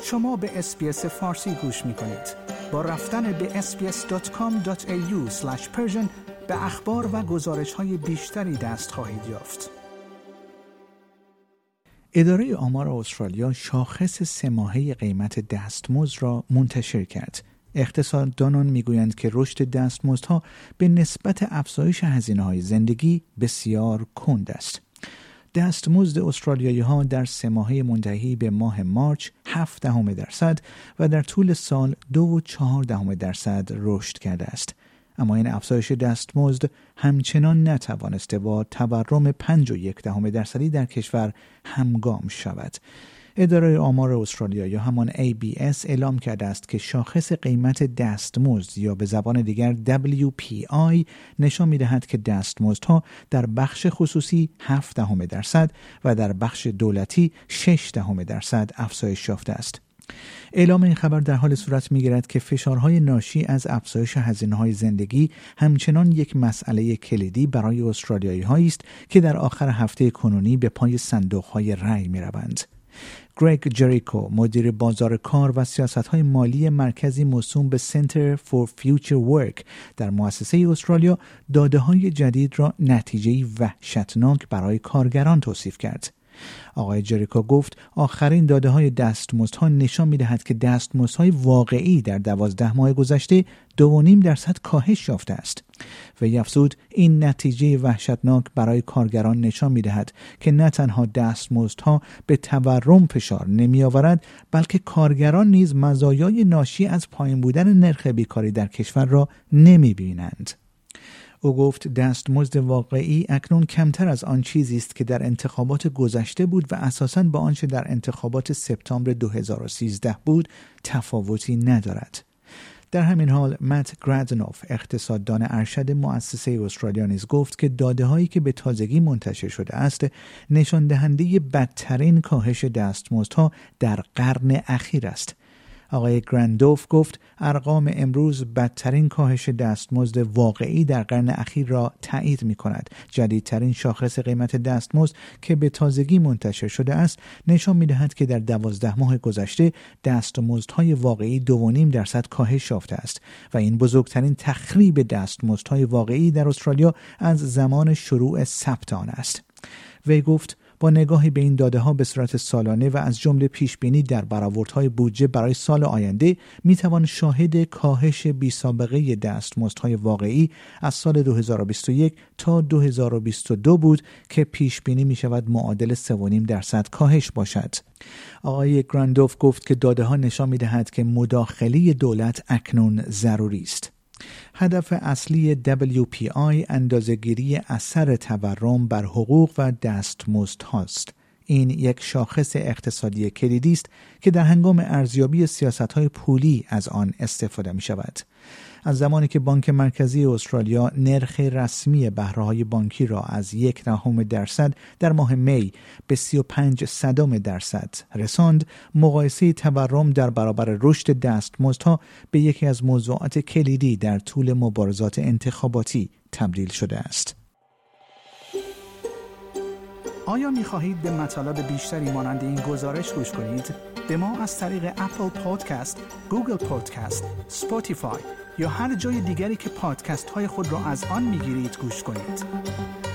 شما به اس‌بی‌اس فارسی گوش می‌کنید. با رفتن به sbs.com.au/persian به اخبار و گزارش‌های بیشتری دست خواهید یافت. اداره آمار استرالیا شاخص 3 ماهه قیمت دستمزد را منتشر کرد. اقتصاددانان میگویند که رشد دستمزدها به نسبت افزایش هزینه‌های زندگی بسیار کند است. دستمزد استرالیایی‌ها در 3 ماهه منتهی به ماه مارچ 0.7% و در طول سال 2.4% رشد کرده است. اما این افزایش دستمزد همچنان نتوانسته با تورم 5.1% در کشور همگام شود. اداره آمار استرالیا یا همان ABS اعلام کرده است که شاخص قیمت دستمزد یا به زبان دیگر WPI نشان می‌دهد که دستمزدها در بخش خصوصی 0.7% و در بخش دولتی 6% افزایش یافته است. اعلام این خبر در حال صورت می‌گیرد که فشارهای ناشی از افزایش هزینه‌های زندگی همچنان یک مسئله کلیدی برای استرالیایی‌هایی است که در آخر هفته کنونی به پای صندوق‌های رأی می‌روند. گرگ جریکو، مدیر بازار کار و سیاست‌های مالی مرکزی موسوم به Center for Future Work در مؤسسه استرالیا، داده‌های جدید را نتیجه‌ای وحشتناک برای کارگران توصیف کرد. آقای جریکو گفت آخرین داده‌های دستمزدها نشان می‌دهد که دستمزدهای واقعی در 12 ماه گذشته 2.5% کاهش یافته است. وی افزود این نتیجه وحشتناک برای کارگران نشان می‌دهد که نه تنها دستمزدها به تورم فشار نمی‌آورد، بلکه کارگران نیز مزایای ناشی از پایین بودن نرخ بیکاری در کشور را نمی‌بینند. او گفت دستمزد واقعی اکنون کمتر از آن چیزی است که در انتخابات گذشته بود و اساساً با آنچه در انتخابات سپتامبر 2013 بود تفاوتی ندارد. در همین حال مت گرادنوف، اقتصاددان ارشد مؤسسه استرالیا نیز گفت که داده‌هایی که به تازگی منتشر شده است نشان دهنده بدترین کاهش دستمزدها در قرن اخیر است. آقای گراندوف گفت ارقام امروز بدترین کاهش دستمزد واقعی در قرن اخیر را تایید می‌کند. جدیدترین شاخص قیمت دستمزد که به تازگی منتشر شده است نشان می‌دهد که در 12 ماه گذشته دستمزدهای واقعی 2.5% کاهش یافته است و این بزرگترین تخریب دستمزدهای واقعی در استرالیا از زمان شروع ثبت آن است. وی گفت با نگاهی به این داده‌ها به صورت سالانه و از جمله پیشبینی در برآوردهای بودجه برای سال آینده میتوان شاهد کاهش بی‌سابقه دستمزدهای واقعی از سال 2021 تا 2022 بود که پیشبینی میشود معادل 3.5% کاهش باشد. آقای گراندوف گفت که داده‌ها نشان می‌دهد که مداخله دولت اکنون ضروری است. هدف اصلی WPI اندازه‌گیری اثر تورم بر حقوق و دستمزدهاست. این یک شاخص اقتصادی کلیدی است که در هنگام ارزیابی سیاست‌های پولی از آن استفاده می‌شود. از زمانی که بانک مرکزی استرالیا نرخ رسمی بهره‌های بانکی را از 0.1% در ماه می به 0.35% رساند، مقایسه تورم در برابر رشد دستمزدها به یکی از موضوعات کلیدی در طول مبارزات انتخاباتی تبدیل شده است. آیا می‌خواهید به مطالب بیشتری مانند این گزارش گوش کنید؟ به ما از طریق اپل پادکست، گوگل پادکست، اسپاتیفای یا هر جای دیگری که پادکست های خود را از آن میگیرید گوش کنید.